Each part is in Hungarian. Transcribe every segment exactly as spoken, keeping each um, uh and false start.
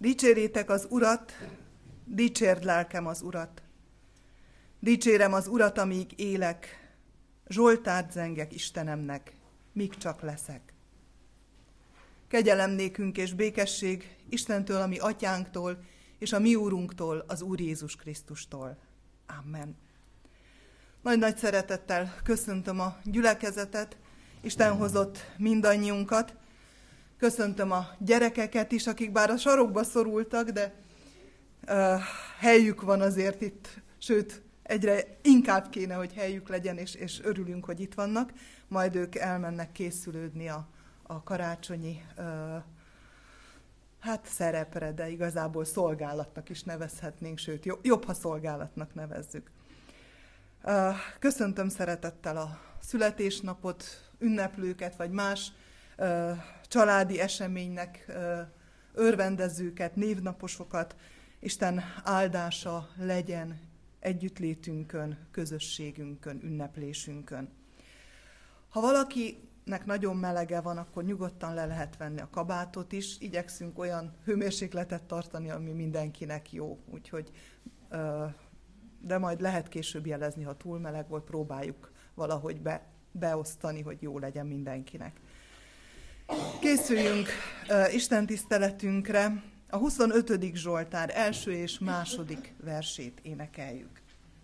Dicsérjétek az Urat, dicsérd lelkem az Urat. Dicsérem az Urat, amíg élek, zsoltárt zengek Istenemnek, míg csak leszek. Kegyelem nékünk és békesség Istentől, a mi atyánktól, és a mi úrunktól, az Úr Jézus Krisztustól. Amen. Nagy-nagy szeretettel köszöntöm a gyülekezetet, Isten hozott mindannyiunkat. Köszöntöm a gyerekeket is, akik bár a sarokba szorultak, de uh, helyük van azért itt, sőt, egyre inkább kéne, hogy helyük legyen, és, és örülünk, hogy itt vannak. Majd ők elmennek készülődni a, a karácsonyi uh, hát szerepre, de igazából szolgálatnak is nevezhetnénk, sőt, jobb, ha szolgálatnak nevezzük. Uh, köszöntöm szeretettel a születésnapot, ünneplőket, vagy más uh, családi eseménynek uh, örvendezőket, névnaposokat. Isten áldása legyen együttlétünkön, közösségünkön, ünneplésünkön. Ha valakinek nagyon melege van, akkor nyugodtan le lehet venni a kabátot is. Igyekszünk olyan hőmérsékletet tartani, ami mindenkinek jó. Úgyhogy, uh, de majd lehet később jelezni, ha túl meleg volt, próbáljuk valahogy be, beosztani, hogy jó legyen mindenkinek. Készüljünk uh, Isten tiszteletünkre. A huszonötödik Zsoltár első és második versét énekeljük.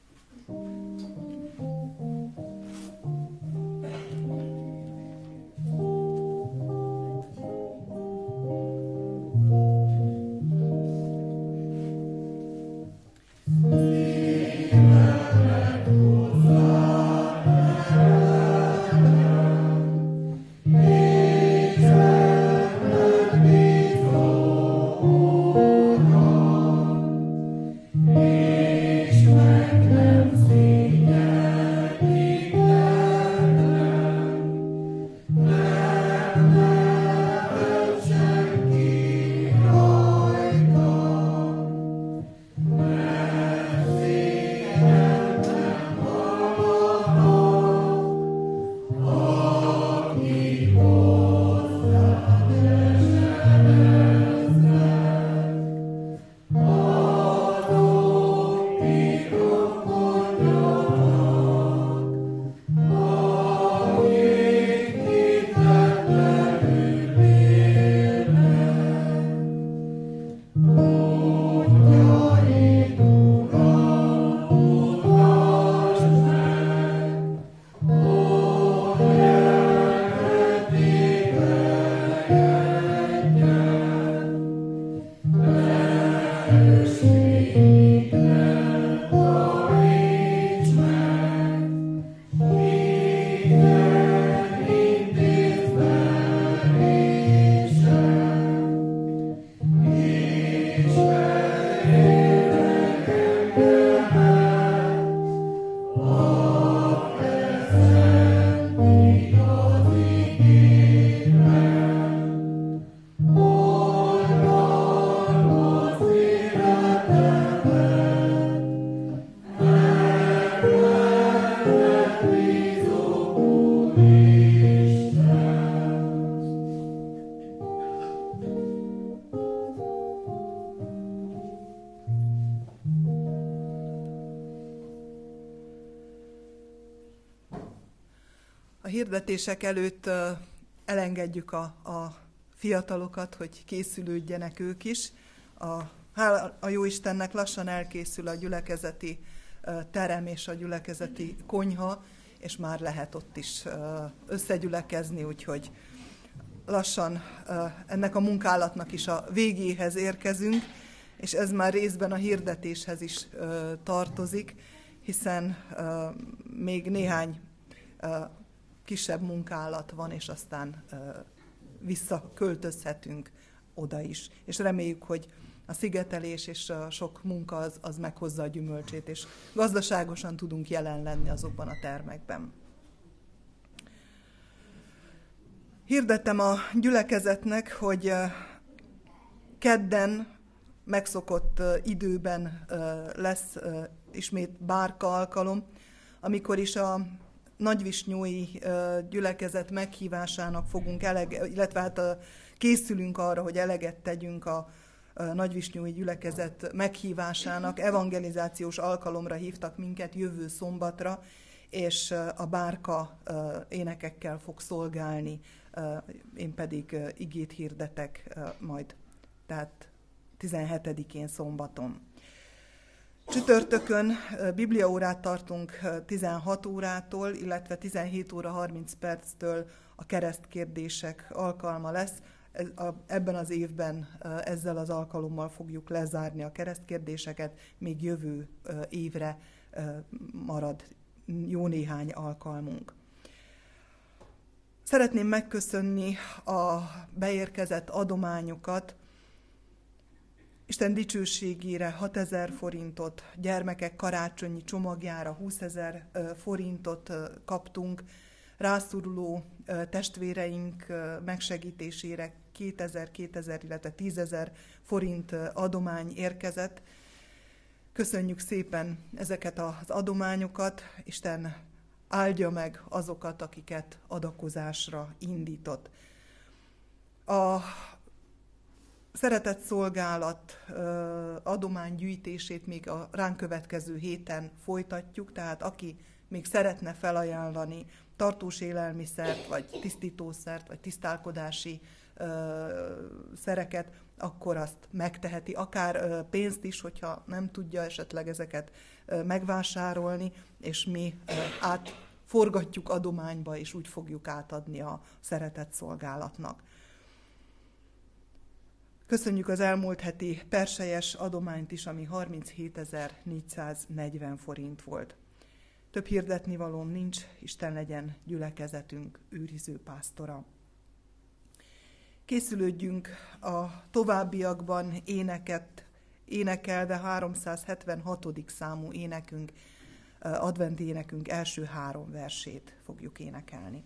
Hirdetések előtt elengedjük a, a fiatalokat, hogy készülődjenek ők is. A, hála a Jóistennek lassan elkészül a gyülekezeti terem és a gyülekezeti konyha, és már lehet ott is összegyülekezni, úgyhogy lassan ennek a munkálatnak is a végéhez érkezünk, és ez már részben a hirdetéshez is tartozik, hiszen még néhány kisebb munkálat van, és aztán uh, visszaköltözhetünk oda is. És reméljük, hogy a szigetelés és a sok munka az, az meghozza a gyümölcsét, és gazdaságosan tudunk jelen lenni azokban a termekben. Hirdettem a gyülekezetnek, hogy uh, kedden megszokott uh, időben uh, lesz uh, ismét bárka alkalom, amikor is a nagyvisnyói gyülekezet meghívásának fogunk eleget, illetve hát készülünk arra, hogy eleget tegyünk a nagyvisnyói gyülekezet meghívásának evangelizációs alkalomra hívtak minket jövő szombatra, és a bárka énekekkel fog szolgálni, én pedig igét hirdetek majd, tehát tizenhetedikén szombaton. Csütörtökön bibliaórát tartunk tizenhat órától, illetve tizenhét óra harminc perctől a keresztkérdések alkalma lesz. Ebben az évben ezzel az alkalommal fogjuk lezárni a keresztkérdéseket, még jövő évre marad jó néhány alkalmunk. Szeretném megköszönni a beérkezett adományokat. Isten dicsőségére hatezer forintot, gyermekek karácsonyi csomagjára húszezer forintot kaptunk, rászoruló testvéreink megsegítésére kétezer-kétezer, illetve tízezer forint adomány érkezett. Köszönjük szépen ezeket az adományokat, Isten áldja meg azokat, akiket adakozásra indított. A szeretett szolgálat adománygyűjtését még a ránk következő héten folytatjuk, tehát aki még szeretne felajánlani tartós élelmiszert, vagy tisztítószert, vagy tisztálkodási szereket, akkor azt megteheti, akár pénzt is, hogyha nem tudja esetleg ezeket megvásárolni, és mi átforgatjuk adományba, és úgy fogjuk átadni a szeretett szolgálatnak. Köszönjük az elmúlt heti perselyes adományt is, ami harminchétezer-négyszáznegyven forint volt. Több hirdetnivalóm nincs, Isten legyen gyülekezetünk őriző pásztora. Készülődjünk a továbbiakban éneket, énekelve háromszázhetvenhatodik számú énekünk, adventi énekünk első három versét fogjuk énekelni.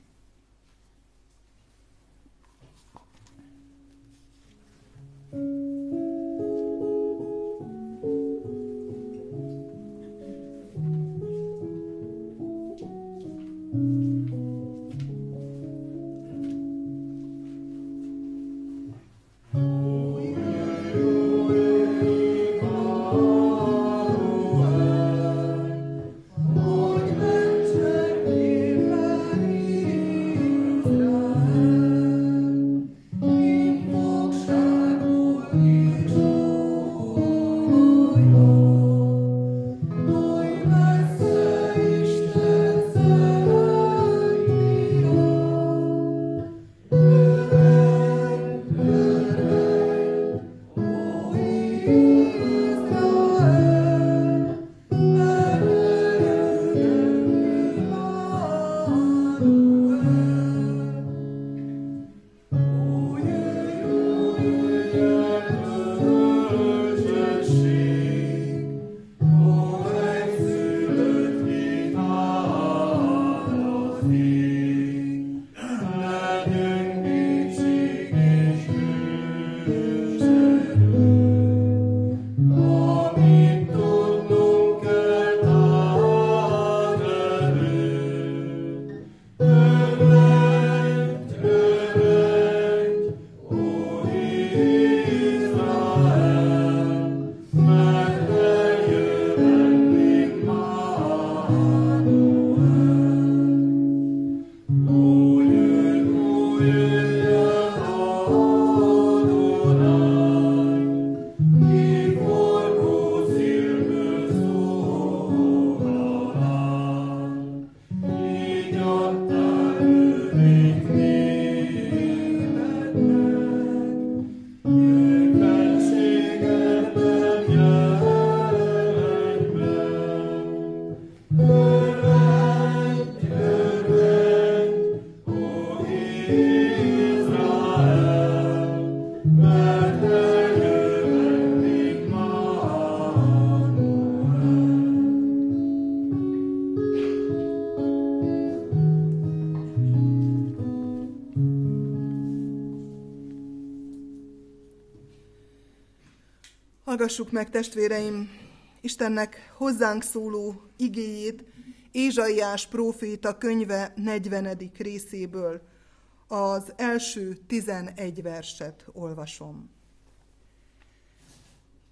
Hallgassuk meg, testvéreim, Istennek hozzánk szóló igéjét Ézsaiás próféta könyve negyvenedik részéből. Az első tizenegy verset olvasom.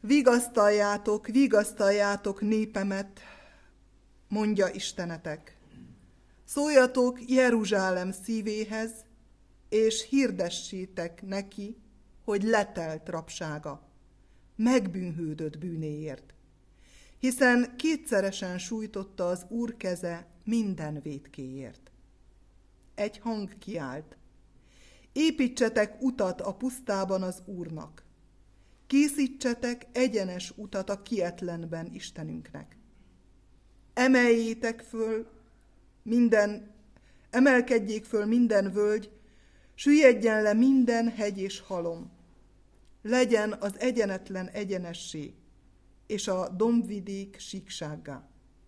Vigasztaljátok, vigasztaljátok népemet, mondja Istenetek. Szóljatok Jeruzsálem szívéhez, és hirdessétek neki, hogy letelt rabsága, megbűnhődött bűnéért, hiszen kétszeresen sújtotta az Úr keze minden vétkéért. Egy hang kiált: építsetek utat a pusztában az Úrnak, készítsetek egyenes utat a kietlenben Istenünknek. Emeljétek föl minden, emelkedjék föl minden völgy, süllyedjen le minden hegy és halom. Legyen az egyenetlen egyenessé, és a dombvidék síksággá.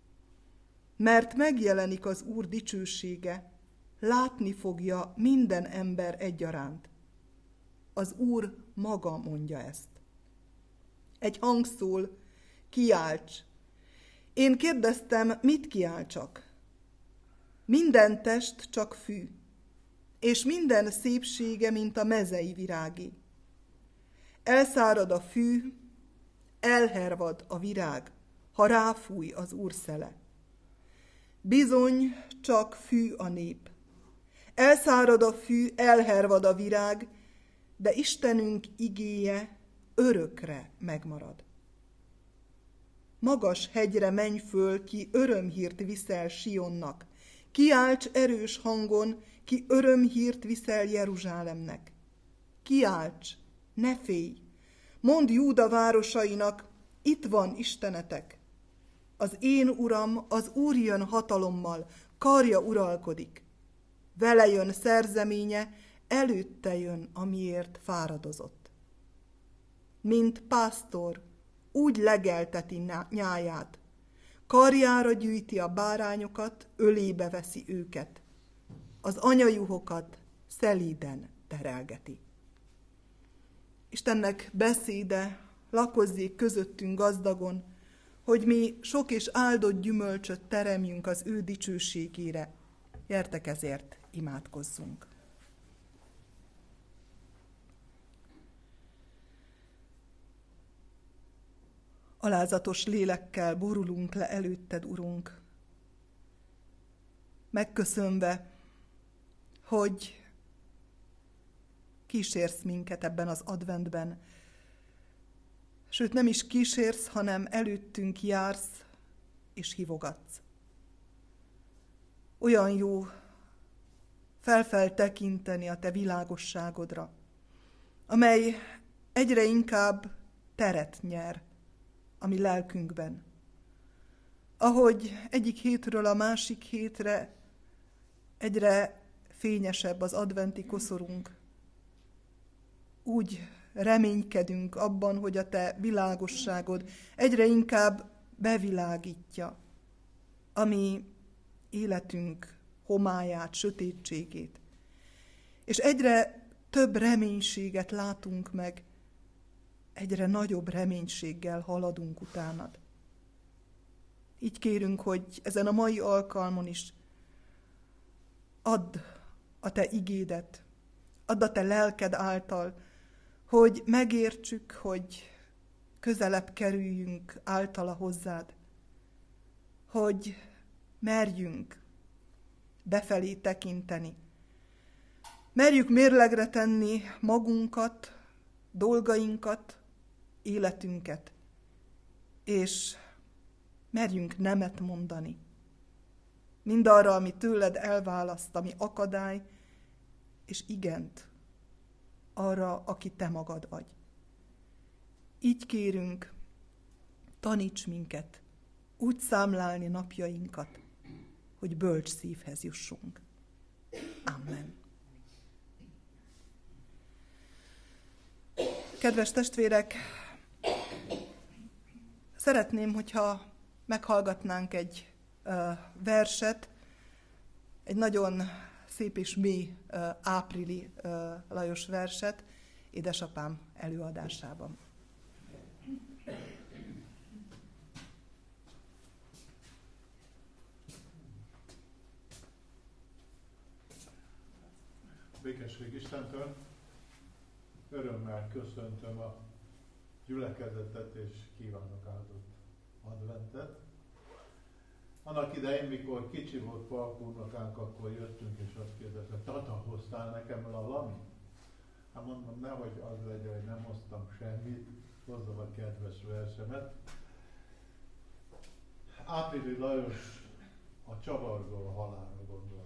Mert megjelenik az Úr dicsősége, látni fogja minden ember egyaránt. Az Úr maga mondja ezt. Egy hang szól: kiálts! Én kérdeztem, mit kiáltsak? Minden test csak fű, és minden szépsége, mint a mezei virágé. Elszárad a fű, elhervad a virág, ha ráfúj az Úr szele. Bizony, csak fű a nép. Elszárad a fű, elhervad a virág, de Istenünk igéje örökre megmarad. Magas hegyre menj föl, ki örömhírt viszel Sionnak. Kiálts erős hangon, ki örömhírt viszel Jeruzsálemnek. Kiálts, ne félj! Mondd Júda városainak, itt van Istenetek. Az én Uram, az Úr jön hatalommal, karja uralkodik. Vele jön szerzeménye, előtte jön, amiért fáradozott. Mint pásztor, úgy legelteti nyáját, karjára gyűjti a bárányokat, ölébe veszi őket, az anyajuhokat szelíden terelgeti. Istennek beszéde lakozzék közöttünk gazdagon, hogy mi sok és áldott gyümölcsöt teremjünk az ő dicsőségére. Gyertek ezért, imádkozzunk. Alázatos lélekkel borulunk le előtted, Urunk, megköszönve, hogy kísérsz minket ebben az adventben. Sőt, nem is kísérsz, hanem előttünk jársz és hívogatsz. Olyan jó felfel tekinteni a te világosságodra, amely egyre inkább teret nyer a mi lelkünkben. Ahogy egyik hétről a másik hétre egyre fényesebb az adventi koszorunk, úgy reménykedünk abban, hogy a te világosságod egyre inkább bevilágítja a mi életünk homályát, sötétségét. És egyre több reménységet látunk meg, egyre nagyobb reménységgel haladunk utánad. Így kérünk, hogy ezen a mai alkalmon is add a te igédet, add a te lelked által, hogy megértsük, hogy közelebb kerüljünk általa hozzád, hogy merjünk befelé tekinteni, merjük mérlegre tenni magunkat, dolgainkat, életünket, és merjünk nemet mondani mindarra, ami tőled elválaszt, ami akadály, és igent arra, aki te magad vagy. Így kérünk, taníts minket úgy számlálni napjainkat, hogy bölcs szívhez jussunk. Amen. Kedves testvérek, szeretném, hogyha meghallgatnánk egy uh, verset, egy nagyon szép és mély uh, áprili uh, Lajos verset édesapám előadásában. Békesség Istentől! Örömmel köszöntöm a gyülekezetet, és kívánok áldott adventet. Annak idején, mikor kicsi volt Palkónakánk, akkor jöttünk, és azt kérdezte, tata, hoztál nekem valamit? Hát mondom, nehogy az legyen, hogy nem hoztam semmit, hozzam a kedves versemet. Áprili Lajos a csavargó halálra gondol.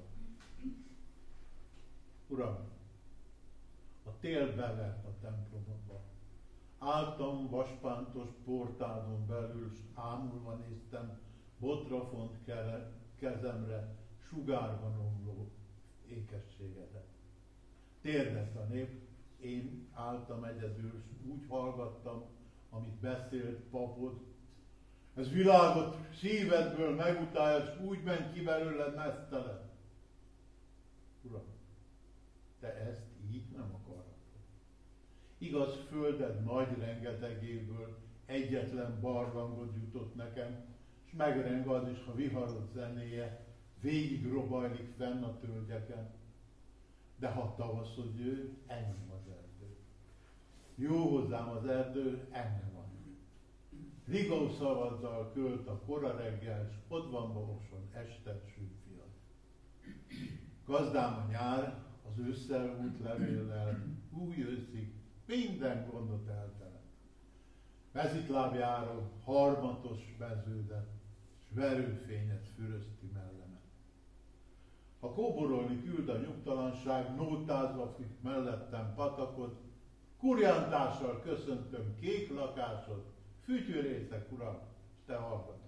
Uram, a tél bevert a templomba. Álltam vaspántos portádon belül, s ámulva néztem botrafont kezemre, sugárban omló ékességedet. Térdett a nép, én álltam egyedül, s úgy hallgattam, amit beszélt papod. Ez világot szívedből megutálja, és úgy ment ki belőled meztelen. Uram, te ezt így nem akarod. Igaz, földed nagy rengetegéből egyetlen barlangot jutott nekem, és megreng az is, ha viharod zenéje végig robajlik fenn a tölgyeken. De ha tavaszod jön, enyém az erdő. Jó hozzám az erdő, engem van. Rigó szavazzal költ a kora reggel, s ott van magosan estet sűfiad. Gazdám a nyár, az ősszel út levéllel, új őszig, minden gondot eltelet. Mezitlábjáról harmatos meződet, s verőfényet fürözti mellemet. Ha kóborolni küld a nyugtalanság, nótázva függ mellettem patakod, kurjántással köszöntöm kék lakásod, fütyűrészek, uram, s te hallgatod.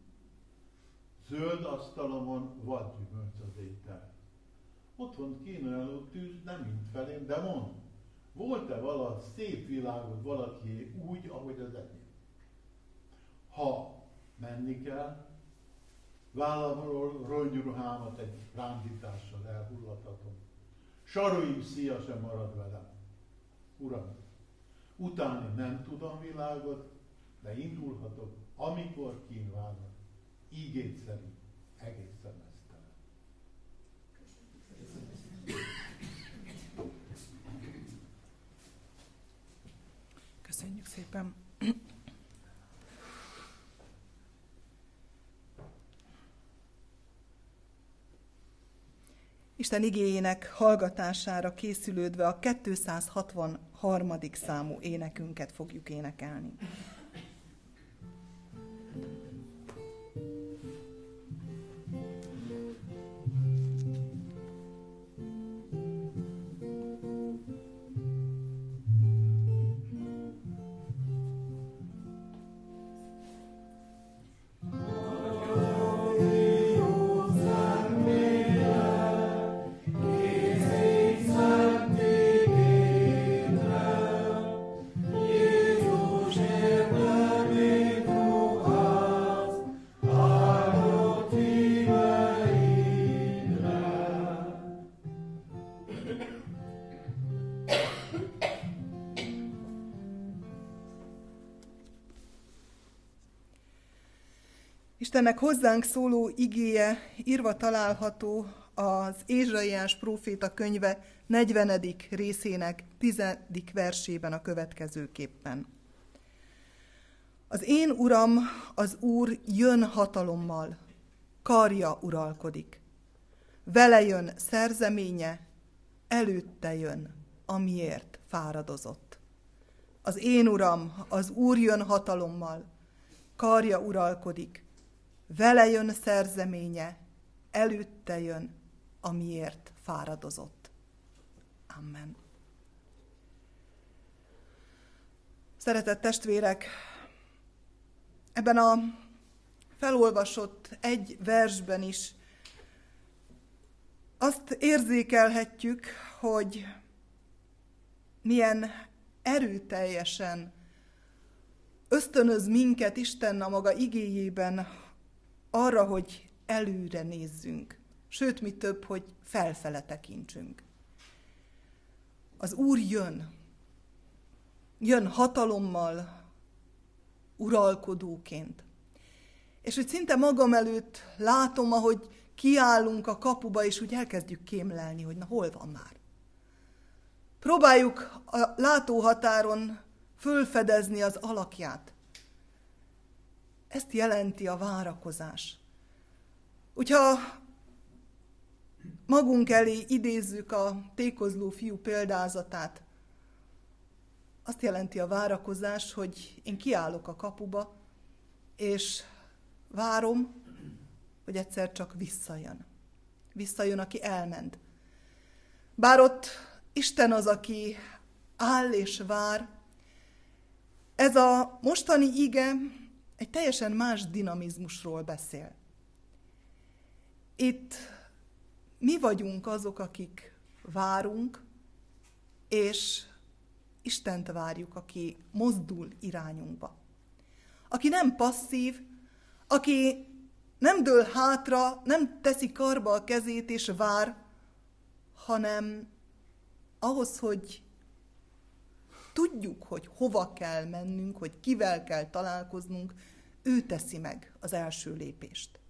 Zöld asztalomon vadgyümölcs az étel. Otthon kínáló tűz nem mint felém, de mondd, volt-e vala szép világod valakié úgy, ahogy az enyém? Ha menni kell, vállamról rongyruhámat egy rándítással elhullathatom. Saruim szia sem marad velem. Uram, utálni nem tudom világot, de indulhatok, amikor kínválnak. Ígéd szerint egészen meztelen. Köszönjük szépen! Isten igéjének hallgatására készülődve a kétszázhatvanharmadik számú énekünket fogjuk énekelni. Istennek hozzánk szóló igéje írva található az Ézsaiás próféta könyve negyvenedik részének tizedik versében a következőképpen. Az én Uram, az Úr jön hatalommal, karja uralkodik. Vele jön szerzeménye, előtte jön, amiért fáradozott. Az én Uram, az Úr jön hatalommal, karja uralkodik. Vele jön szerzeménye, előtte jön, amiért fáradozott. Amen. Szeretett testvérek, ebben a felolvasott egy versben is azt érzékelhetjük, hogy milyen erőteljesen ösztönöz minket Isten a maga igéjében arra, hogy előre nézzünk, sőt, mi több, hogy felfele tekintsünk. Az Úr jön, jön hatalommal, uralkodóként. És hogy szinte magam előtt látom, ahogy kiállunk a kapuba, és úgy elkezdjük kémlelni, hogy na hol van már. Próbáljuk a látóhatáron fölfedezni az alakját. Ezt jelenti a várakozás. Hogyha magunk elé idézzük a tékozló fiú példázatát, azt jelenti a várakozás, hogy én kiállok a kapuba, és várom, hogy egyszer csak visszajön. Visszajön, aki elment. Bár ott Isten az, aki áll és vár, ez a mostani ige egy teljesen más dinamizmusról beszél. Itt mi vagyunk azok, akik várunk, és Istent várjuk, aki mozdul irányunkba. Aki nem passzív, aki nem dől hátra, nem teszi karba a kezét és vár, hanem ahhoz, hogy tudjuk, hogy hova kell mennünk, hogy kivel kell találkoznunk, ő teszi meg az első lépést.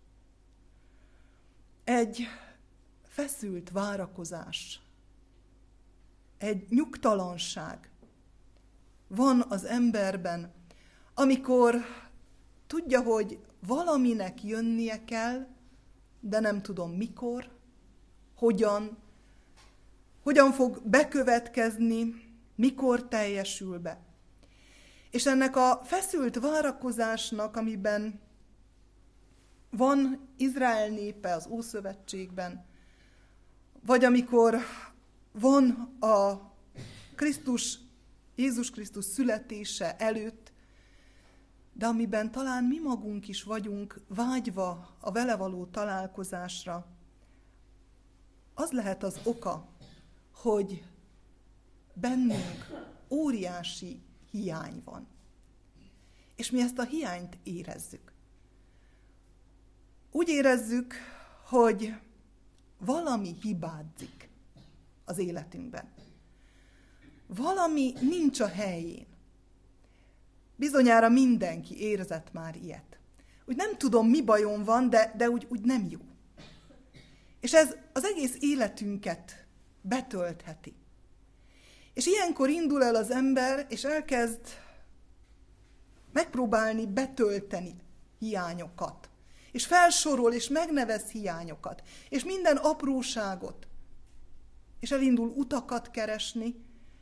Egy feszült várakozás, egy nyugtalanság van az emberben, amikor tudja, hogy valaminek jönnie kell, de nem tudom mikor, hogyan, hogyan fog bekövetkezni, mikor teljesül be. És ennek a feszült várakozásnak, amiben van Izrael népe az Ószövetségben, vagy amikor van a Krisztus, Jézus Krisztus születése előtt, de amiben talán mi magunk is vagyunk vágyva a vele való találkozásra, az lehet az oka, hogy bennünk óriási hiány van. És mi ezt a hiányt érezzük. Úgy érezzük, hogy valami hibázik az életünkben. Valami nincs a helyén. Bizonyára mindenki érzett már ilyet. Úgy nem tudom, mi bajom van, de, de úgy, úgy nem jó. És ez az egész életünket betöltheti. És ilyenkor indul el az ember, és elkezd megpróbálni betölteni hiányokat. És felsorol, és megnevez hiányokat. És minden apróságot. És elindul utakat keresni.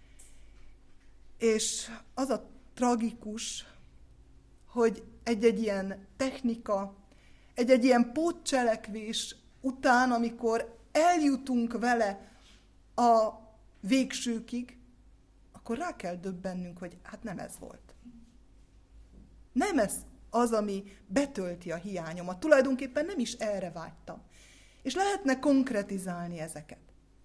És az a tragikus, hogy egy-egy ilyen technika, egy-egy ilyen pótcselekvés után, amikor eljutunk vele a végsőkig, akkor rá kell döbbennünk, hogy hát nem ez volt. Nem ez az, ami betölti a hiányomat. Tulajdonképpen nem is erre vágytam. És lehetne konkretizálni ezeket.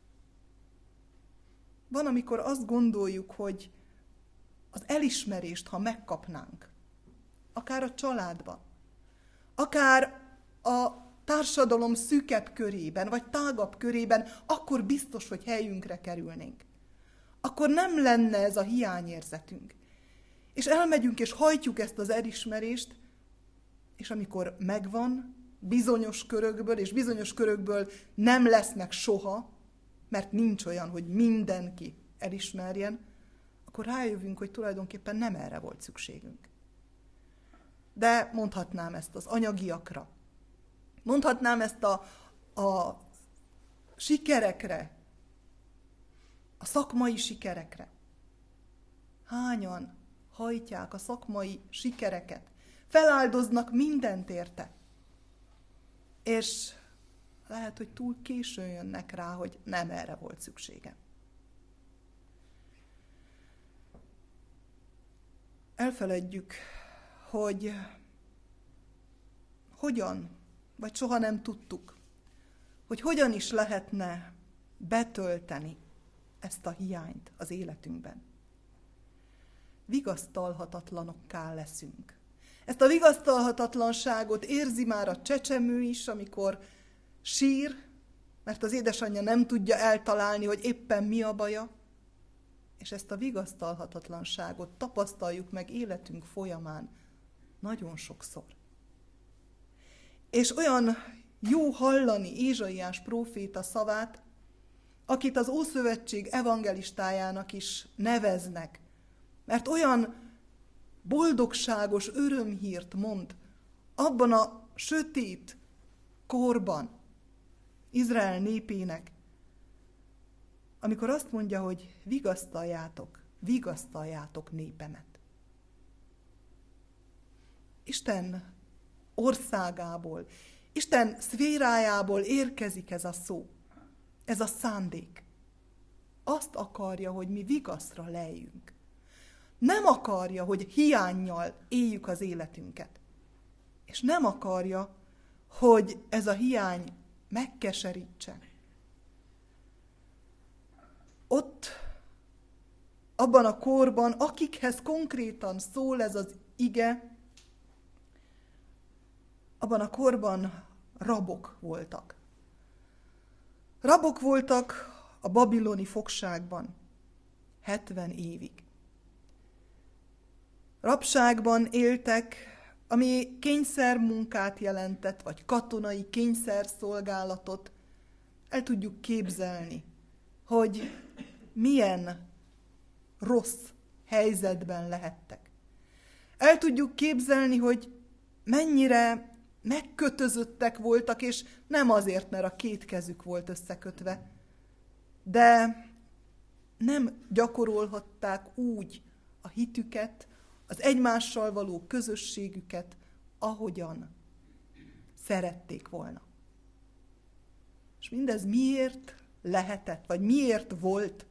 Van, amikor azt gondoljuk, hogy az elismerést, ha megkapnánk, akár a családban, akár a társadalom szűkebb körében, vagy tágabb körében, akkor biztos, hogy helyünkre kerülnénk. Akkor nem lenne ez a hiányérzetünk. És elmegyünk, és hajtjuk ezt az elismerést, és amikor megvan, bizonyos körökből, és bizonyos körökből nem lesz meg soha, mert nincs olyan, hogy mindenki elismerjen, akkor rájövünk, hogy tulajdonképpen nem erre volt szükségünk. De mondhatnám ezt az anyagiakra. Mondhatnám ezt a, a sikerekre, a szakmai sikerekre. Hányan hajtják a szakmai sikereket, feláldoznak mindent érte. És lehet, hogy túl későn jönnek rá, hogy nem erre volt szükségem. Elfeledjük, hogy hogyan, vagy soha nem tudtuk, hogy hogyan is lehetne betölteni ezt a hiányt az életünkben. Vigasztalhatatlanokká leszünk. Ezt a vigasztalhatatlanságot érzi már a csecsemő is, amikor sír, mert az édesanyja nem tudja eltalálni, hogy éppen mi a baja, és ezt a vigasztalhatatlanságot tapasztaljuk meg életünk folyamán nagyon sokszor. És olyan jó hallani Ézsaiás próféta szavát, akit az Ószövetség evangelistájának is neveznek, Mert olyan boldogságos örömhírt mond abban a sötét korban Izrael népének, amikor azt mondja, hogy vigasztaljátok, vigasztaljátok népemet. Isten országából, Isten szférájából érkezik ez a szó, ez a szándék. Azt akarja, hogy mi vigaszra lejjünk. Nem akarja, hogy hiánnyal éljük az életünket. És nem akarja, hogy ez a hiány megkeserítse. Ott, abban a korban, akikhez konkrétan szól ez az ige, abban a korban rabok voltak. Rabok voltak a babiloni fogságban hetven évig. Rabságban éltek, ami kényszermunkát jelentett, vagy katonai kényszerszolgálatot. El tudjuk képzelni, hogy milyen rossz helyzetben lehettek. El tudjuk képzelni, hogy mennyire megkötözöttek voltak, és nem azért, mert a két kezük volt összekötve, de nem gyakorolhatták úgy a hitüket, az egymással való közösségüket, ahogyan szerették volna. És mindez miért lehetett, vagy miért volt?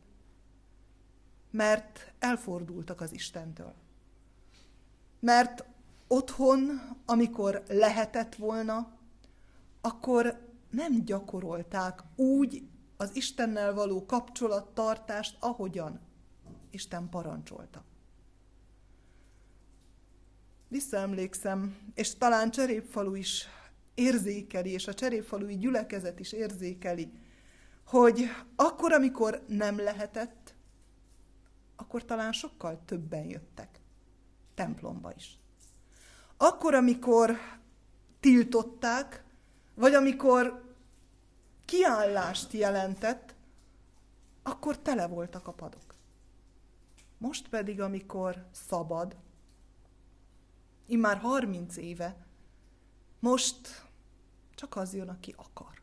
Mert elfordultak az Istentől. Mert otthon, amikor lehetett volna, akkor nem gyakorolták úgy az Istennel való kapcsolattartást, ahogyan Isten parancsolta. Visszaemlékszem, és talán Cserépfalu is érzékeli, és a cserépfalui gyülekezet is érzékeli, hogy akkor, amikor nem lehetett, akkor talán sokkal többen jöttek templomba is. Akkor, amikor tiltották, vagy amikor kiállást jelentett, akkor tele voltak a padok. Most pedig, amikor szabad, immár harminc éve, most csak az jön, aki akar.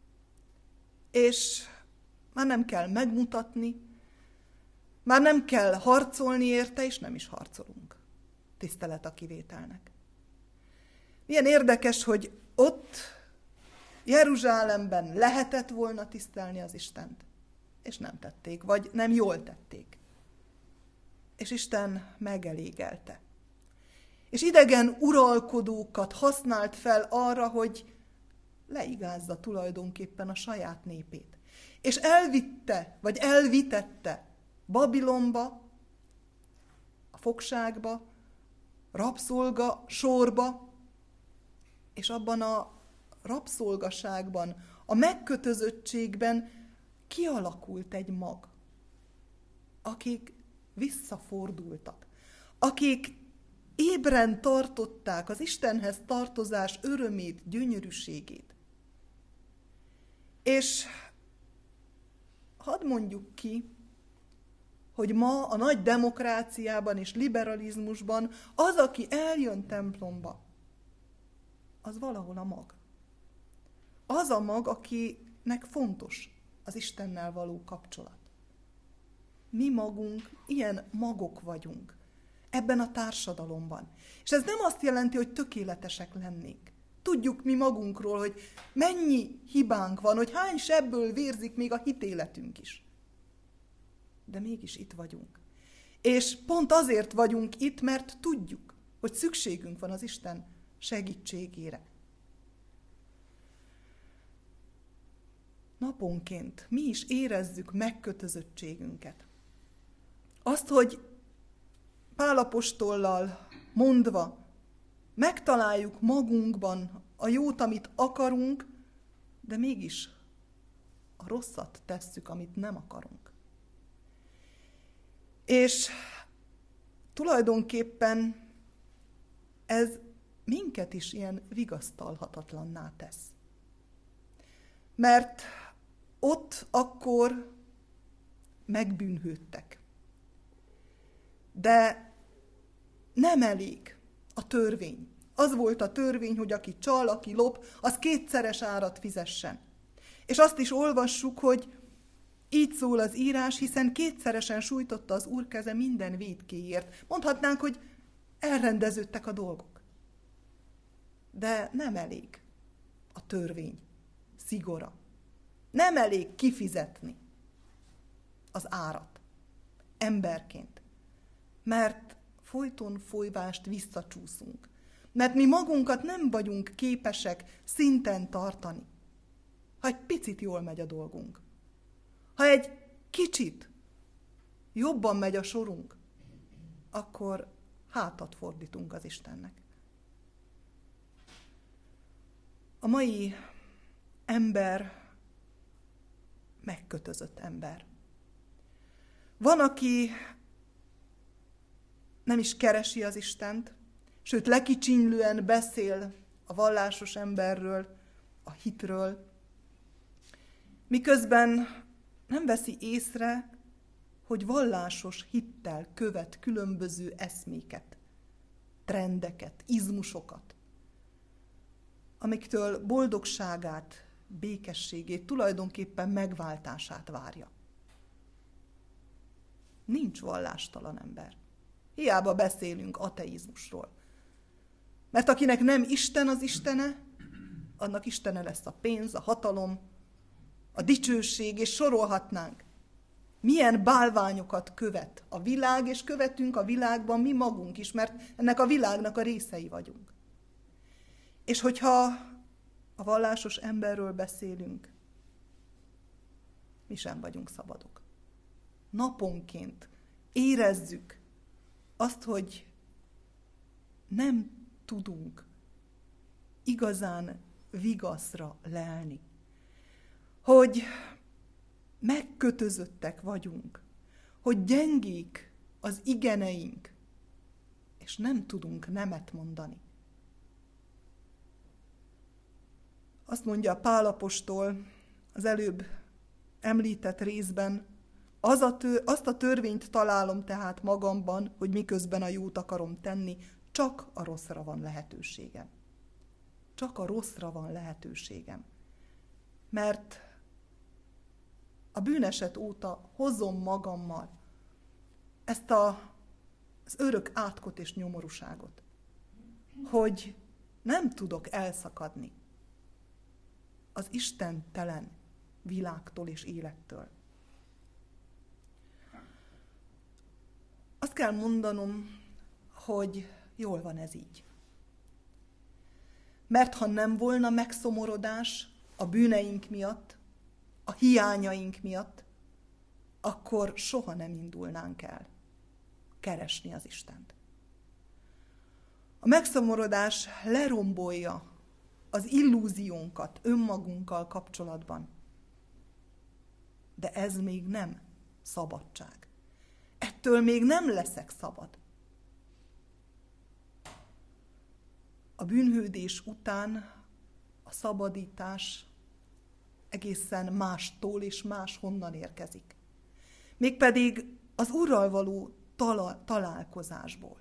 És már nem kell megmutatni, már nem kell harcolni érte, és nem is harcolunk. Tisztelet a kivételnek. Milyen érdekes, hogy ott Jeruzsálemben lehetett volna tisztelni az Istent, és nem tették, vagy nem jól tették. És Isten megelégelte. És idegen uralkodókat használt fel arra, hogy leigázza tulajdonképpen a saját népét. És elvitte, vagy elvitette Babilonba, a fogságba, rabszolga sorba, és abban a rabszolgaságban, a megkötözöttségben kialakult egy mag, akik visszafordultak, akik ébren tartották az Istenhez tartozás örömét, gyönyörűségét. És hadd mondjuk ki, hogy ma a nagy demokráciában és liberalizmusban az, aki eljön templomba, az valahol a mag. Az a mag, akinek fontos az Istennel való kapcsolat. Mi magunk ilyen magok vagyunk ebben a társadalomban. És ez nem azt jelenti, hogy tökéletesek lennénk. Tudjuk mi magunkról, hogy mennyi hibánk van, hogy hány sebből vérzik még a hitéletünk is. De mégis itt vagyunk. És pont azért vagyunk itt, mert tudjuk, hogy szükségünk van az Isten segítségére. Naponként mi is érezzük megkötözöttségünket. Azt, hogy Pál apostollal mondva megtaláljuk magunkban a jót, amit akarunk, de mégis a rosszat tesszük, amit nem akarunk. És tulajdonképpen ez minket is ilyen vigasztalhatatlanná tesz. Mert ott akkor megbűnhődtek. De nem elég a törvény. Az volt a törvény, hogy aki csal, aki lop, az kétszeres árat fizessen. És azt is olvassuk, hogy így szól az írás, hiszen kétszeresen sújtotta az Úr keze minden vétkéért. Mondhatnánk, hogy elrendeződtek a dolgok. De nem elég a törvény szigora. Nem elég kifizetni az árat emberként, mert folyton folyvást visszacsúszunk. Mert mi magunkat nem vagyunk képesek szinten tartani. Ha egy picit jól megy a dolgunk, ha egy kicsit jobban megy a sorunk, akkor hátat fordítunk az Istennek. A mai ember megkötözött ember. Van, aki nem is keresi az Istent, sőt lekicsinylően beszél a vallásos emberről, a hitről, miközben nem veszi észre, hogy vallásos hittel követ különböző eszméket, trendeket, izmusokat, amiktől boldogságát, békességét, tulajdonképpen megváltását várja. Nincs vallástalan ember. Hiába beszélünk ateizmusról. Mert akinek nem Isten az istene, annak istene lesz a pénz, a hatalom, a dicsőség, és sorolhatnánk. Milyen bálványokat követ a világ, és követünk a világban mi magunk is, mert ennek a világnak a részei vagyunk. És hogyha a vallásos emberről beszélünk, mi sem vagyunk szabadok. Naponként érezzük azt, hogy nem tudunk igazán vigaszra lelni. Hogy megkötözöttek vagyunk, hogy gyengék az igeneink, és nem tudunk nemet mondani. Azt mondja Pál apostol az előbb említett részben, az a tör, azt a törvényt találom tehát magamban, hogy miközben a jót akarom tenni, csak a rosszra van lehetőségem. Csak a rosszra van lehetőségem. Mert a bűneset óta hozom magammal ezt a, az örök átkot és nyomorúságot, hogy nem tudok elszakadni az istentelen világtól és élettől. Azt kell mondanom, hogy jól van ez így. Mert ha nem volna megszomorodás a bűneink miatt, a hiányaink miatt, akkor soha nem indulnánk el keresni az Istent. A megszomorodás lerombolja az illúziónkat önmagunkkal kapcsolatban. De ez még nem szabadság. Ettől még nem leszek szabad. A bűnhődés után a szabadítás egészen mástól és máshonnan érkezik. Mégpedig az Úrral való tala- találkozásból.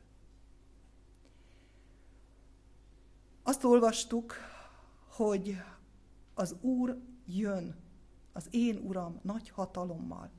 Azt olvastuk, hogy az Úr jön, az én Uram nagy hatalommal.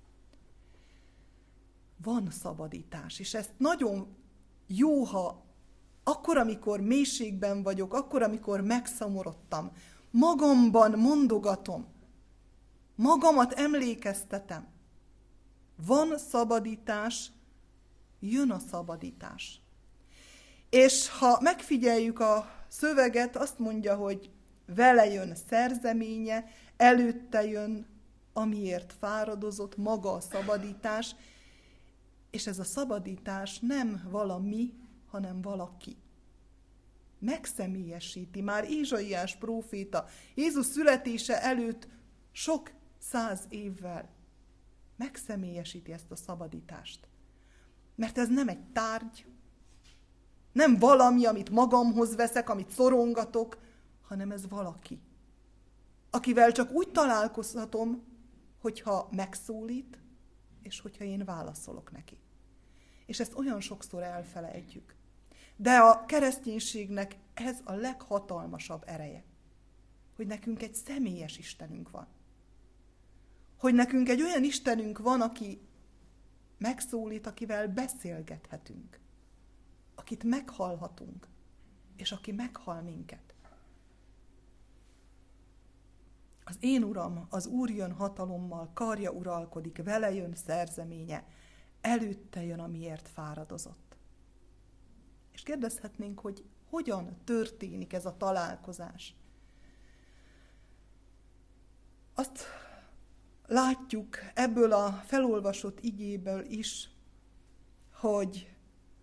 Van szabadítás, és ezt nagyon jó, ha akkor, amikor mélységben vagyok, akkor, amikor megszomorodtam, magamban mondogatom, magamat emlékeztetem. Van szabadítás, jön a szabadítás. És ha megfigyeljük a szöveget, azt mondja, hogy vele jön szerzeménye, előtte jön, amiért fáradozott, maga a szabadítás, és ez a szabadítás nem valami, hanem valaki. Megszemélyesíti már Ézsaiás próféta Jézus születése előtt sok száz évvel. Megszemélyesíti ezt a szabadítást. Mert ez nem egy tárgy, nem valami, amit magamhoz veszek, amit szorongatok, hanem ez valaki, akivel csak úgy találkozhatom, hogyha megszólít, és hogyha én válaszolok neki. És ezt olyan sokszor elfelejtjük. De a kereszténységnek ez a leghatalmasabb ereje, hogy nekünk egy személyes Istenünk van. Hogy nekünk egy olyan Istenünk van, aki megszólít, akivel beszélgethetünk, akit meghallhatunk, és aki meghall minket. Az én Uram, az Úr jön hatalommal, karja uralkodik, vele jön szerzeménye, előtte jön, amiért fáradozott. És kérdezhetnénk, hogy hogyan történik ez a találkozás. Azt látjuk ebből a felolvasott igéből is, hogy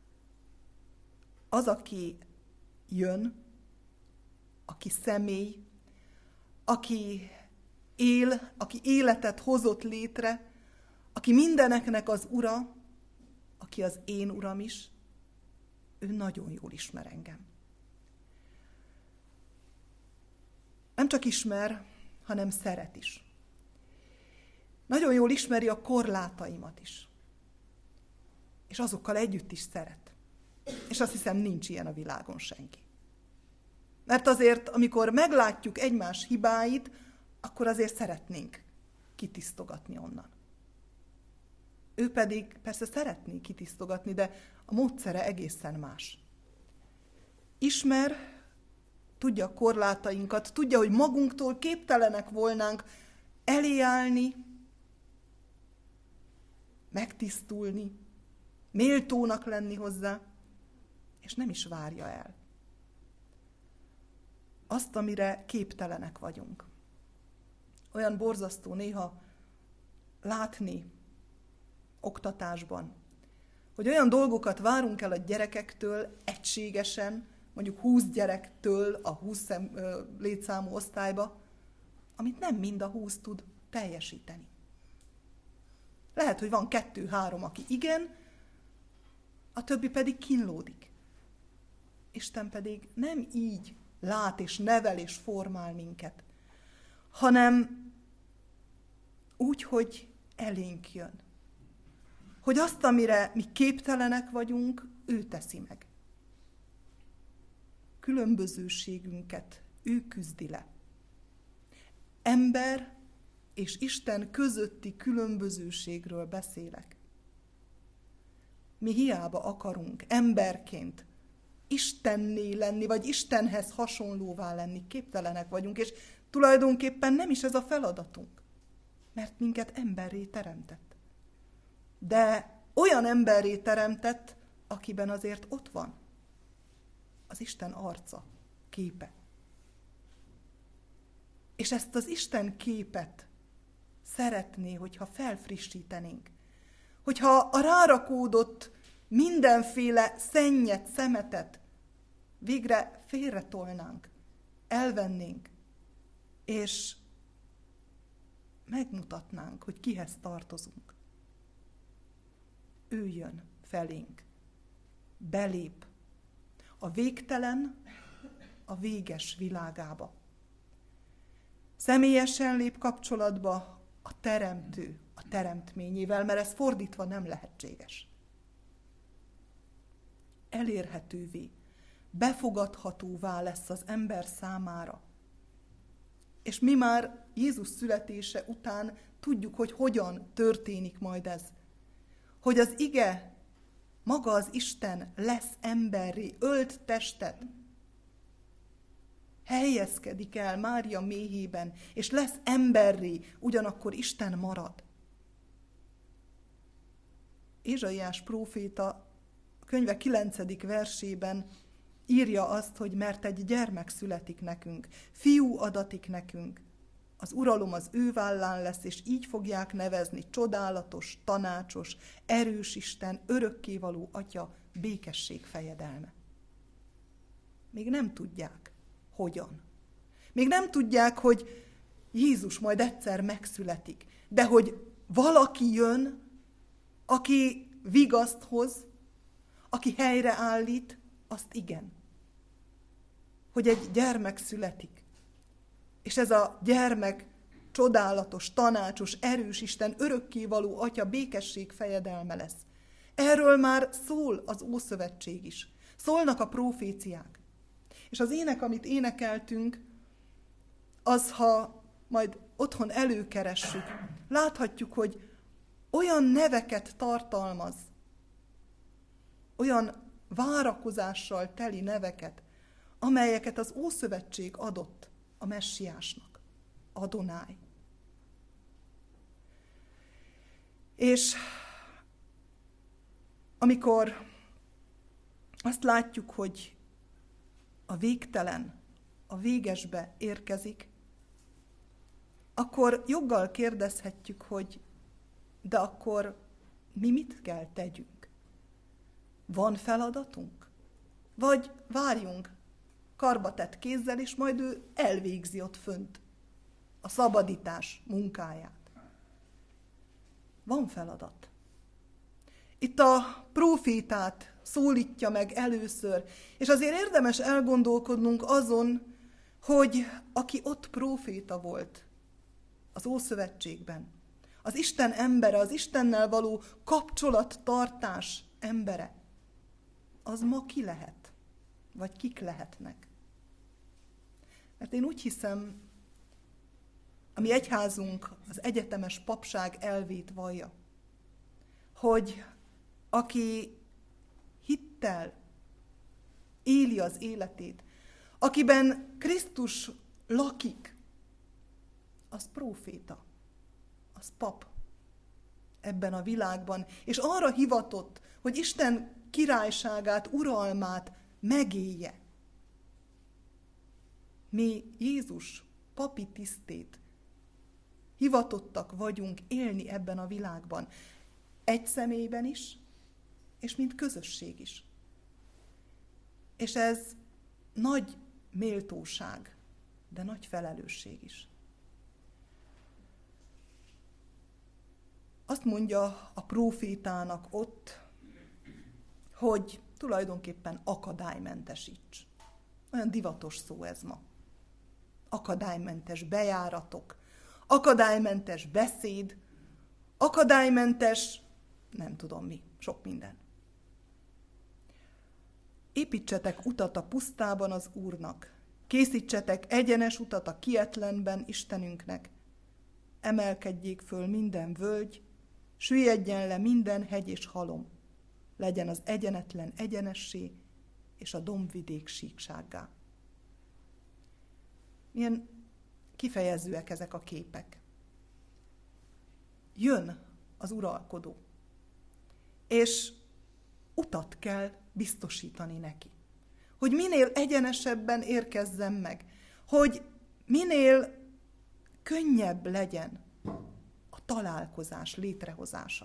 az, aki jön, aki személy, aki él, aki életet hozott létre, aki mindeneknek az ura, aki az én uram is, ő nagyon jól ismer engem. Nem csak ismer, hanem szeret is. Nagyon jól ismeri a korlátaimat is. És azokkal együtt is szeret. És azt hiszem, nincs ilyen a világon senki. Mert azért, amikor meglátjuk egymás hibáit, akkor azért szeretnénk kitisztogatni onnan. Ő pedig persze szeretné kitisztogatni, de a módszere egészen más. Ismer, tudja a korlátainkat, tudja, hogy magunktól képtelenek volnánk elé állni, megtisztulni, méltónak lenni hozzá, és nem is várja el azt, amire képtelenek vagyunk. Olyan borzasztó néha látni oktatásban, hogy olyan dolgokat várunk el a gyerekektől egységesen, mondjuk húsz gyerektől a húsz létszámú osztályba, amit nem mind a húsz tud teljesíteni. Lehet, hogy van kettő-három, aki igen, a többi pedig kínlódik. Isten pedig nem így lát és nevel és formál minket, hanem úgy, hogy elénk jön. Hogy azt, amire mi képtelenek vagyunk, ő teszi meg. Különbözőségünket ő küzdi le. Ember és Isten közötti különbözőségről beszélek. Mi hiába akarunk emberként Istenné lenni, vagy Istenhez hasonlóvá lenni, képtelenek vagyunk, és tulajdonképpen nem is ez a feladatunk, mert minket emberré teremtett. De olyan emberré teremtett, akiben azért ott van az Isten arca, képe. És ezt az Isten képet szeretné, hogyha felfrissítenénk, hogyha a rárakódott mindenféle szennyet, szemetet végre félretolnánk, elvennénk, és megmutatnánk, hogy kihez tartozunk. Ő jön felénk, belép a végtelen, a véges világába. Személyesen lép kapcsolatba a teremtő, a teremtményével, mert ez fordítva nem lehetséges. Elérhetővé, befogadhatóvá lesz az ember számára. És mi már Jézus születése után tudjuk, hogy hogyan történik majd ez. Hogy az ige, maga az Isten lesz emberré, ölt testet, helyezkedik el Mária méhében, és lesz emberré, ugyanakkor Isten marad. Ézsaiás próféta könyve kilencedik versében írja azt, hogy mert egy gyermek születik nekünk, fiú adatik nekünk, az uralom az ő vállán lesz, és így fogják nevezni csodálatos, tanácsos, erős Isten, örökkévaló Atya, békesség fejedelme. Még nem tudják, hogyan. Még nem tudják, hogy Jézus majd egyszer megszületik, de hogy valaki jön, aki vigaszt hoz, aki helyreállít, azt igen. Hogy egy gyermek születik. És ez a gyermek csodálatos, tanácsos, erős Isten, örökkévaló Atya, békesség fejedelme lesz. Erről már szól az Ószövetség is. Szólnak a próféciák. És az ének, amit énekeltünk, az, ha majd otthon előkeressük, láthatjuk, hogy olyan neveket tartalmaz, olyan várakozással teli neveket, amelyeket az Ószövetség adott a messiásnak, Adonai. És amikor azt látjuk, hogy a végtelen, a végesbe érkezik, akkor joggal kérdezhetjük, hogy de akkor mi mit kell tegyünk? Van feladatunk? Vagy várjunk karbatett kézzel, és majd ő elvégzi ott fönt a szabadítás munkáját. Van feladat. Itt a prófétát szólítja meg először, és azért érdemes elgondolkodnunk azon, hogy aki ott próféta volt az Ószövetségben, az Isten embere, az Istennel való kapcsolattartás embere, az ma ki lehet? Vagy kik lehetnek? Mert én úgy hiszem, a mi egyházunk az egyetemes papság elvét vallja, hogy aki hittel éli az életét, akiben Krisztus lakik, az próféta, az pap ebben a világban, és arra hivatott, hogy Isten királyságát, uralmát megélje. Mi Jézus papi tisztét hivatottak vagyunk élni ebben a világban, egy személyben is, és mint közösség is. És ez nagy méltóság, de nagy felelősség is. Azt mondja a prófétának ott, hogy tulajdonképpen akadálymentesíts. Olyan divatos szó ez ma. Akadálymentes bejáratok, akadálymentes beszéd, akadálymentes, nem tudom mi, sok minden. Építsetek utat a pusztában az Úrnak, készítsetek egyenes utat a kietlenben Istenünknek, emelkedjék föl minden völgy, süllyedjen le minden hegy és halom, legyen az egyenetlen egyenessé, és a dombvidék síksággá. Milyen kifejezőek ezek a képek. Jön az uralkodó, és utat kell biztosítani neki. Hogy minél egyenesebben érkezzen meg, hogy minél könnyebb legyen a találkozás létrehozása.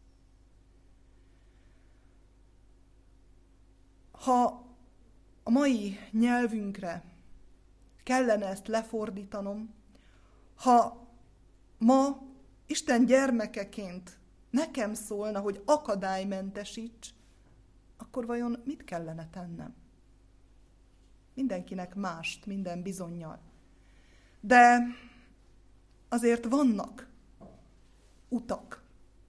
Ha a mai nyelvünkre kellene ezt lefordítanom, ha ma Isten gyermekeként nekem szólna, hogy akadálymentesíts, akkor vajon mit kellene tennem? Mindenkinek mást, minden bizonnyal. De azért vannak utak.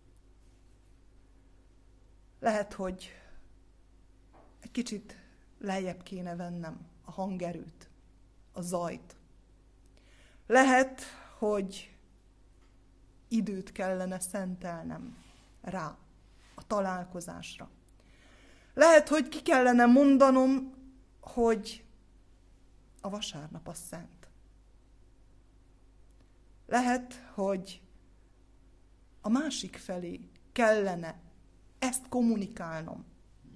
Lehet, hogy egy kicsit lejjebb kéne vennem a hangerőt, a zajt. Lehet, hogy időt kellene szentelnem rá, a találkozásra. Lehet, hogy ki kellene mondanom, hogy a vasárnap az szent. Lehet, hogy a másik felé kellene ezt kommunikálnom.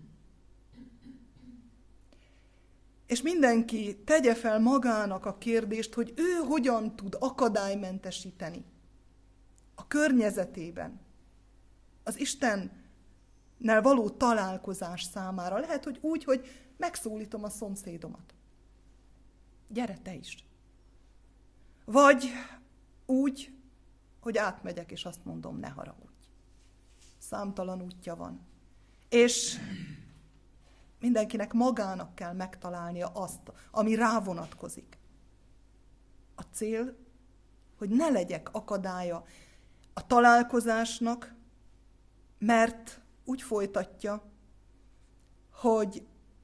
És mindenki tegye fel magának a kérdést, hogy ő hogyan tud akadálymentesíteni a környezetében, az Istennel való találkozás számára. Lehet, hogy úgy, hogy megszólítom a szomszédomat. Gyere te is. Vagy úgy, hogy átmegyek, és azt mondom, ne haragudj. Számtalan útja van. És mindenkinek magának kell megtalálnia azt, ami rá vonatkozik. A cél, hogy ne legyek akadálya a találkozásnak, mert úgy folytatja, hogy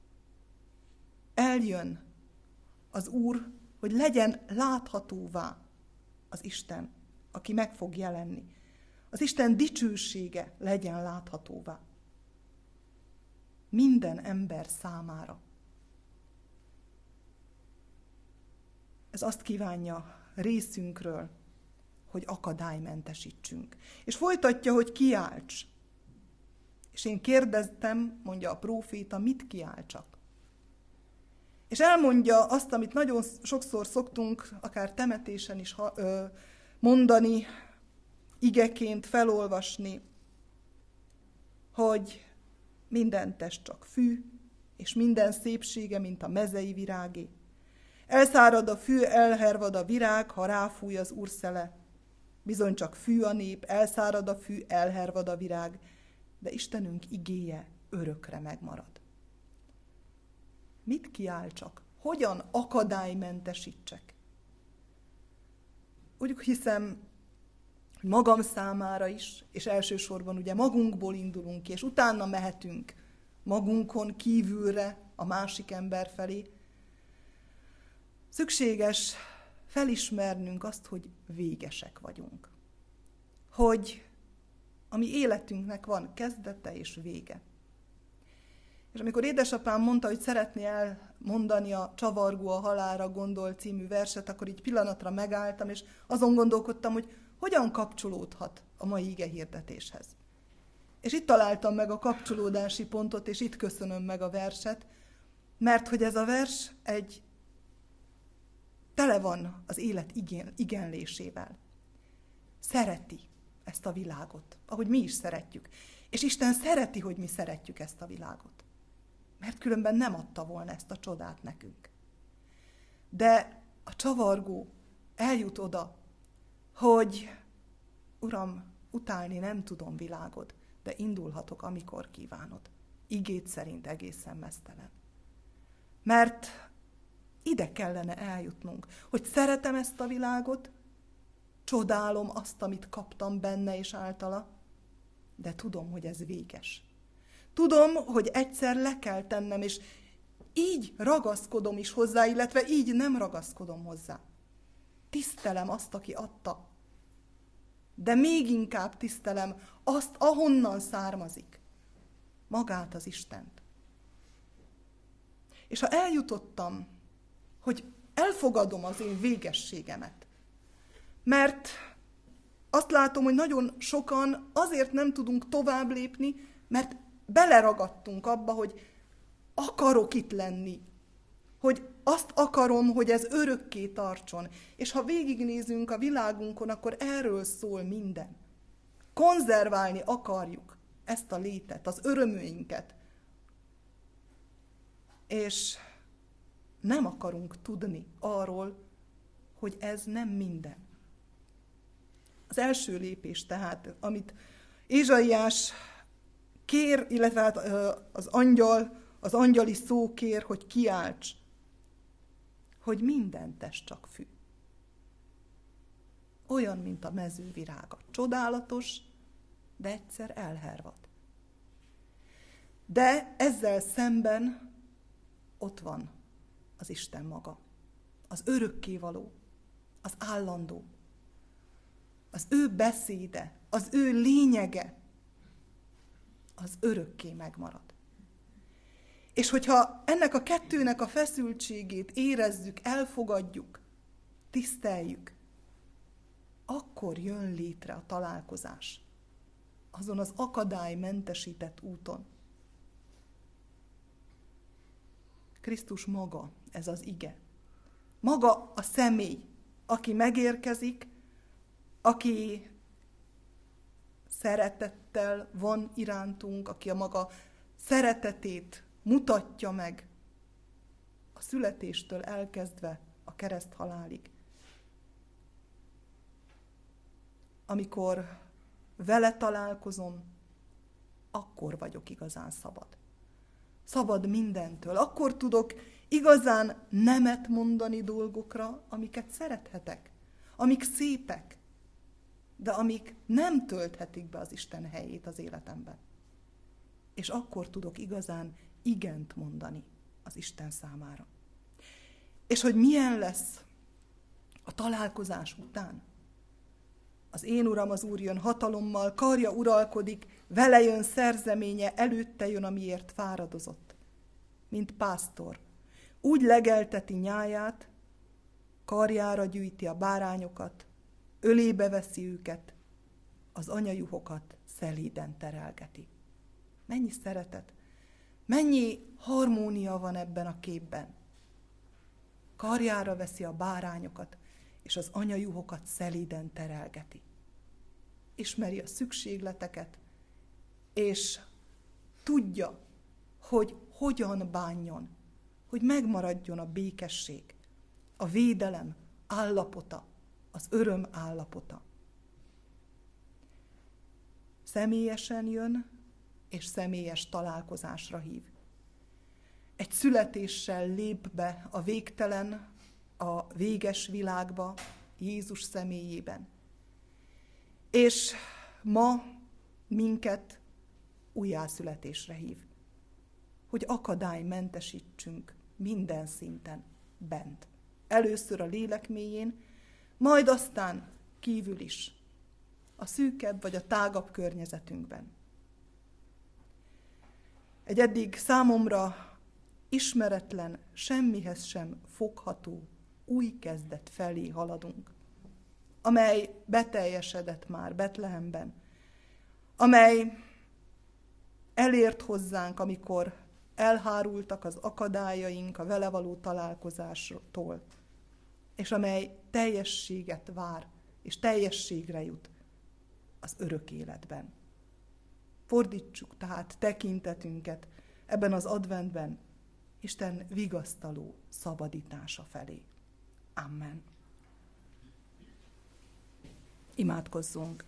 eljön az Úr, hogy legyen láthatóvá az Isten, aki meg fog jelenni. Az Isten dicsősége legyen láthatóvá. Minden ember számára. Ez azt kívánja részünkről, hogy akadálymentesítsünk. És folytatja, hogy kiálts. És én kérdeztem, mondja a próféta, mit kiáltsak? És elmondja azt, amit nagyon sokszor szoktunk, akár temetésen is mondani, igeként felolvasni, hogy minden test csak fű, és minden szépsége, mint a mezei virágé. Elszárad a fű, elhervad a virág, ha ráfúj az Úr szele. Bizony csak fű a nép, elszárad a fű, elhervad a virág, de Istenünk igéje örökre megmarad. Mit kiáltsak? Hogyan akadálymentesítsek? Úgy hiszem, magam számára is, és elsősorban ugye magunkból indulunk ki, és utána mehetünk magunkon kívülre a másik ember felé. Szükséges felismernünk azt, hogy végesek vagyunk. Hogy a mi életünknek van kezdete és vége. És amikor édesapám mondta, hogy szeretné elmondani a Csavargó a halálra gondol című verset, akkor így pillanatra megálltam, és azon gondolkodtam, hogy hogyan kapcsolódhat a mai igehirdetéshez. És itt találtam meg a kapcsolódási pontot, és itt köszönöm meg a verset, mert hogy ez a vers egy tele van az élet igen, igenlésével. Szereti ezt a világot, ahogy mi is szeretjük. És Isten szereti, hogy mi szeretjük ezt a világot. Mert különben nem adta volna ezt a csodát nekünk. De a Csavargó eljut oda, hogy Uram, utálni nem tudom világod, de indulhatok, amikor kívánod. Igéd szerint egészen meztelen. Mert ide kellene eljutnunk, hogy szeretem ezt a világot, csodálom azt, amit kaptam benne és általa, de tudom, hogy ez véges. Tudom, hogy egyszer le kell tennem, és így ragaszkodom is hozzá, illetve így nem ragaszkodom hozzá. Tisztelem azt, aki adta, de még inkább tisztelem azt, ahonnan származik, magát az Istent. És ha eljutottam, hogy elfogadom az én végességemet, mert azt látom, hogy nagyon sokan azért nem tudunk tovább lépni, mert beleragadtunk abba, hogy akarok itt lenni, hogy azt akarom, hogy ez örökké tartson. És ha végignézünk a világunkon, akkor erről szól minden. Konzerválni akarjuk ezt a létet, az örömeinket. És nem akarunk tudni arról, hogy ez nem minden. Az első lépés tehát, amit Ézsaiás kér, illetve hát az angyal, az angyali szó kér, hogy kiálts, hogy minden test csak fű. Olyan, mint a mezővirága. Csodálatos, de egyszer elhervad. De ezzel szemben ott van az Isten maga. Az örökkévaló, az állandó. Az ő beszéde, az ő lényege, az örökké megmarad. És hogyha ennek a kettőnek a feszültségét érezzük, elfogadjuk, tiszteljük, akkor jön létre a találkozás azon az akadálymentesített úton. Krisztus maga, ez az ige. Maga a személy, aki megérkezik, aki szeretettel van irántunk, aki a maga szeretetét mutatja meg a születéstől elkezdve a kereszthalálig. Amikor vele találkozom, akkor vagyok igazán szabad. Szabad mindentől. Akkor tudok igazán nemet mondani dolgokra, amiket szerethetek, amik szépek, de amik nem tölthetik be az Isten helyét az életemben. és akkor tudok igazán igent mondani az Isten számára. És hogy milyen lesz a találkozás után? Az én Uram, az Úr jön hatalommal, karja uralkodik, vele jön szerzeménye, előtte jön, amiért fáradozott. Mint pásztor. Úgy legelteti nyáját, karjára gyűjti a bárányokat, ölébe veszi őket, az anyajuhokat szelíden terelgeti. Mennyi szeretet, mennyi harmónia van ebben a képben. Karjára veszi a bárányokat, és az anyajuhokat szelíden terelgeti. Ismeri a szükségleteket, és tudja, hogy hogyan bánjon, hogy megmaradjon a békesség, a védelem állapota, az öröm állapota. Személyesen jön, és személyes találkozásra hív. Egy születéssel lép be a végtelen, a véges világba, Jézus személyében. És ma minket újjászületésre hív, hogy akadálymentesítsünk minden szinten bent. Először a lélek mélyén, majd aztán kívül is, a szűkebb vagy a tágabb környezetünkben. Egy eddig számomra ismeretlen, semmihez sem fogható új kezdet felé haladunk, amely beteljesedett már Betlehemben, amely elért hozzánk, amikor elhárultak az akadályaink a vele való találkozástól, és amely teljességet vár, és teljességre jut az örök életben. Fordítsuk tehát tekintetünket ebben az adventben Isten vigasztaló szabadítása felé. Amen. Imádkozzunk.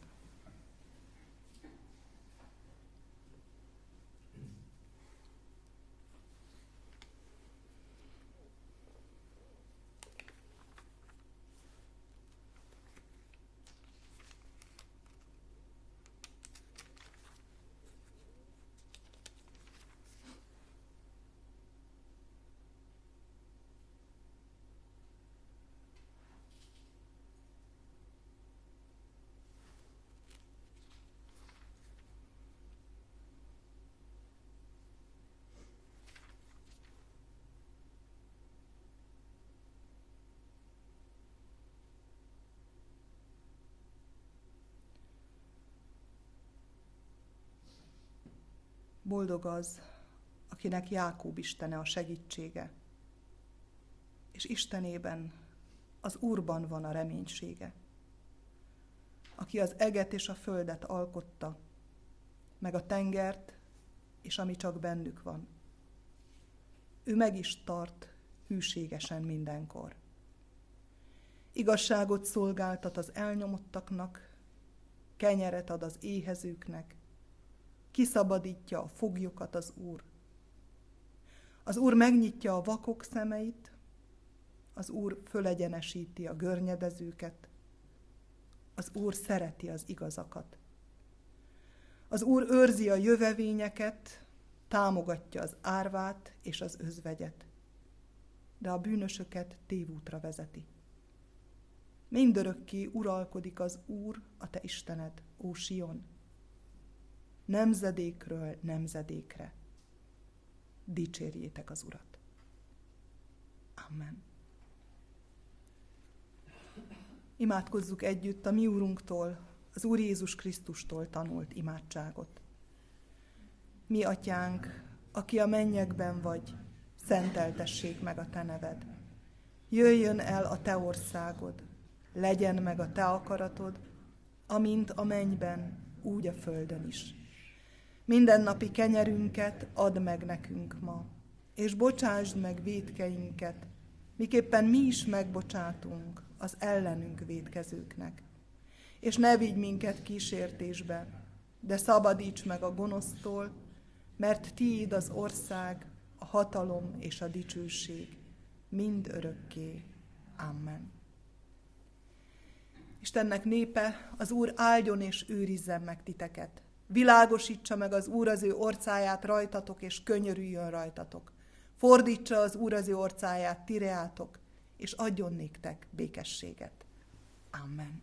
Boldog az, akinek Jákób istene a segítsége, és Istenében, az Úrban van a reménysége, aki az eget és a földet alkotta, meg a tengert, és ami csak bennük van. Ő meg is tart hűségesen mindenkor. Igazságot szolgáltat az elnyomottaknak, kenyeret ad az éhezőknek, kiszabadítja a foglyokat az Úr. Az Úr megnyitja a vakok szemeit, az Úr fölegyenesíti a görnyedezőket, az Úr szereti az igazakat. Az Úr őrzi a jövevényeket, támogatja az árvát és az özvegyet, de a bűnösöket tévútra vezeti. Mindörökké uralkodik az Úr, a te Istened, ó Sion, nemzedékről nemzedékre. Dicsérjétek az Urat. Amen. Imádkozzuk együtt a mi Úrunktól, az Úr Jézus Krisztustól tanult imádságot. Mi Atyánk, aki a mennyekben vagy, szenteltessék meg a te neved. Jöjjön el a te országod, legyen meg a te akaratod, amint a mennyben, úgy a földön is. Mindennapi kenyerünket add meg nekünk ma, és bocsásd meg vétkeinket, miképpen mi is megbocsátunk az ellenünk vétkezőknek. És ne vigy minket kísértésbe, de szabadíts meg a gonosztól, mert tiéd az ország, a hatalom és a dicsőség, mind örökké. Amen. Istennek népe, az Úr áldjon és őrizzen meg titeket. Világosítsa meg az Úr az ő orcáját rajtatok, és könyörüljön rajtatok. Fordítsa az Úr az ő orcáját tireátok, és adjon néktek békességet. Amen.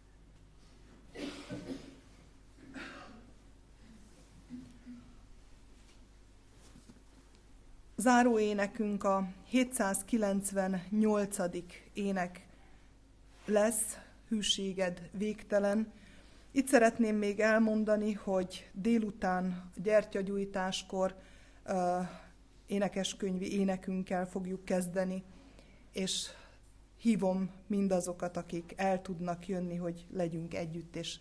Záró énekünk a hétszázkilencvennyolcadik ének lesz, Hűséged végtelen. Itt szeretném még elmondani, hogy délután gyertyagyújtáskor uh, énekeskönyvi énekünkkel fogjuk kezdeni, és hívom mindazokat, akik el tudnak jönni, hogy legyünk együtt, és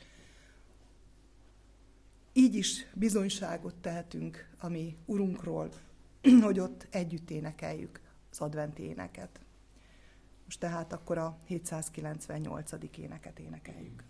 így is bizonyságot tehetünk a mi Urunkról, hogy ott együtt énekeljük az adventi éneket. Most tehát akkor a hétszázkilencvennyolcadik éneket énekeljük.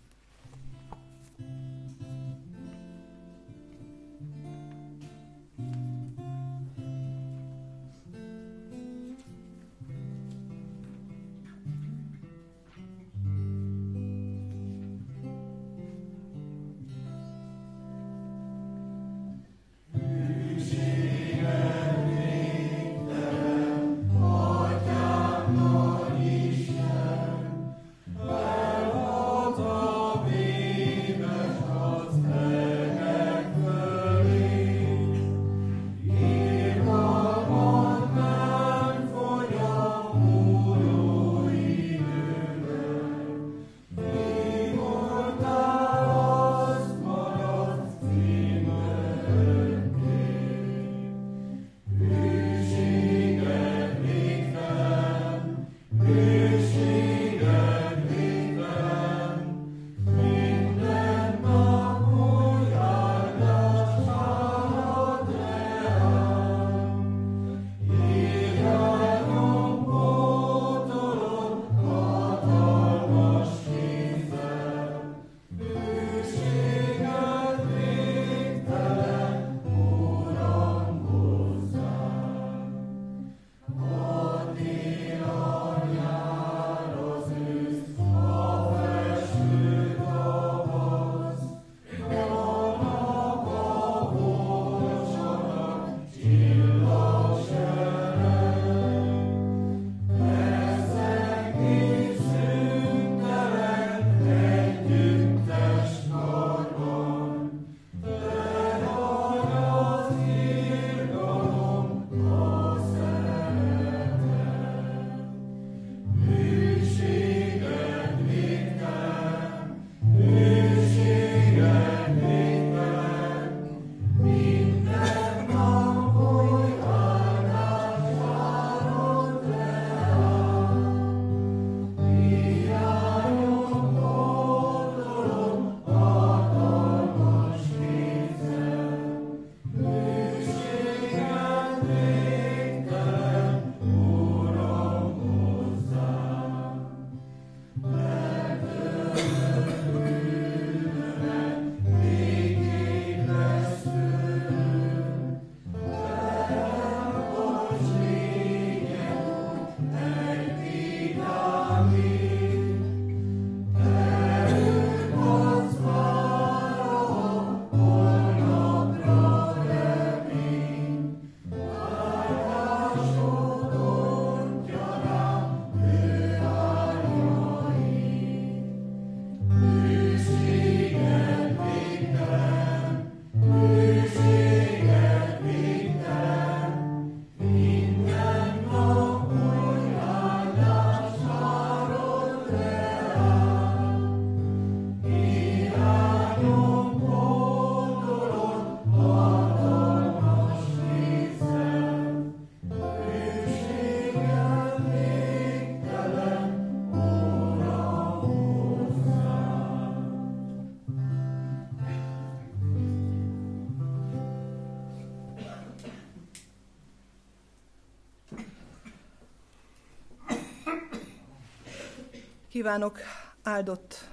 Kívánok áldott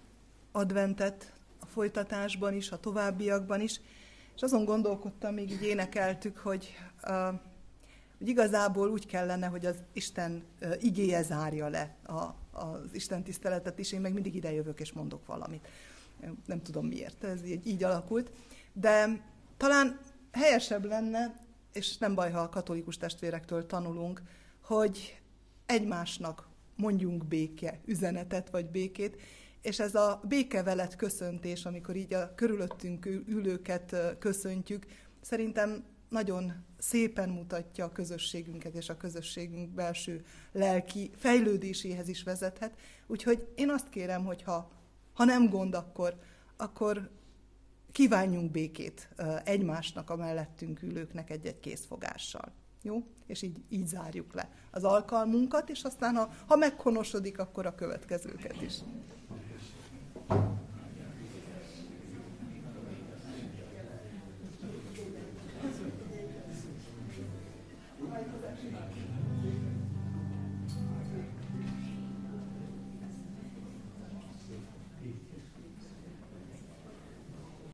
adventet a folytatásban is, a továbbiakban is, és azon gondolkodtam, még így énekeltük, hogy, uh, hogy igazából úgy kellene, hogy az Isten uh, igéje zárja le a, az Isten tiszteletet is, én meg mindig ide jövök és mondok valamit. Nem tudom miért, ez így, így alakult. De talán helyesebb lenne, és nem baj, ha a katolikus testvérektől tanulunk, hogy egymásnak mondjunk béke üzenetet, vagy békét, és ez a béke veled köszöntés, amikor így a körülöttünk ülőket köszöntjük, szerintem nagyon szépen mutatja a közösségünket, és a közösségünk belső lelki fejlődéséhez is vezethet. Úgyhogy én azt kérem, hogy ha, ha nem gond, akkor, akkor kívánjunk békét egymásnak, a mellettünk ülőknek egy-egy készfogással. Jó? És így, így zárjuk le az alkalmunkat, és aztán, ha, ha meghonosodik, akkor a következőket is.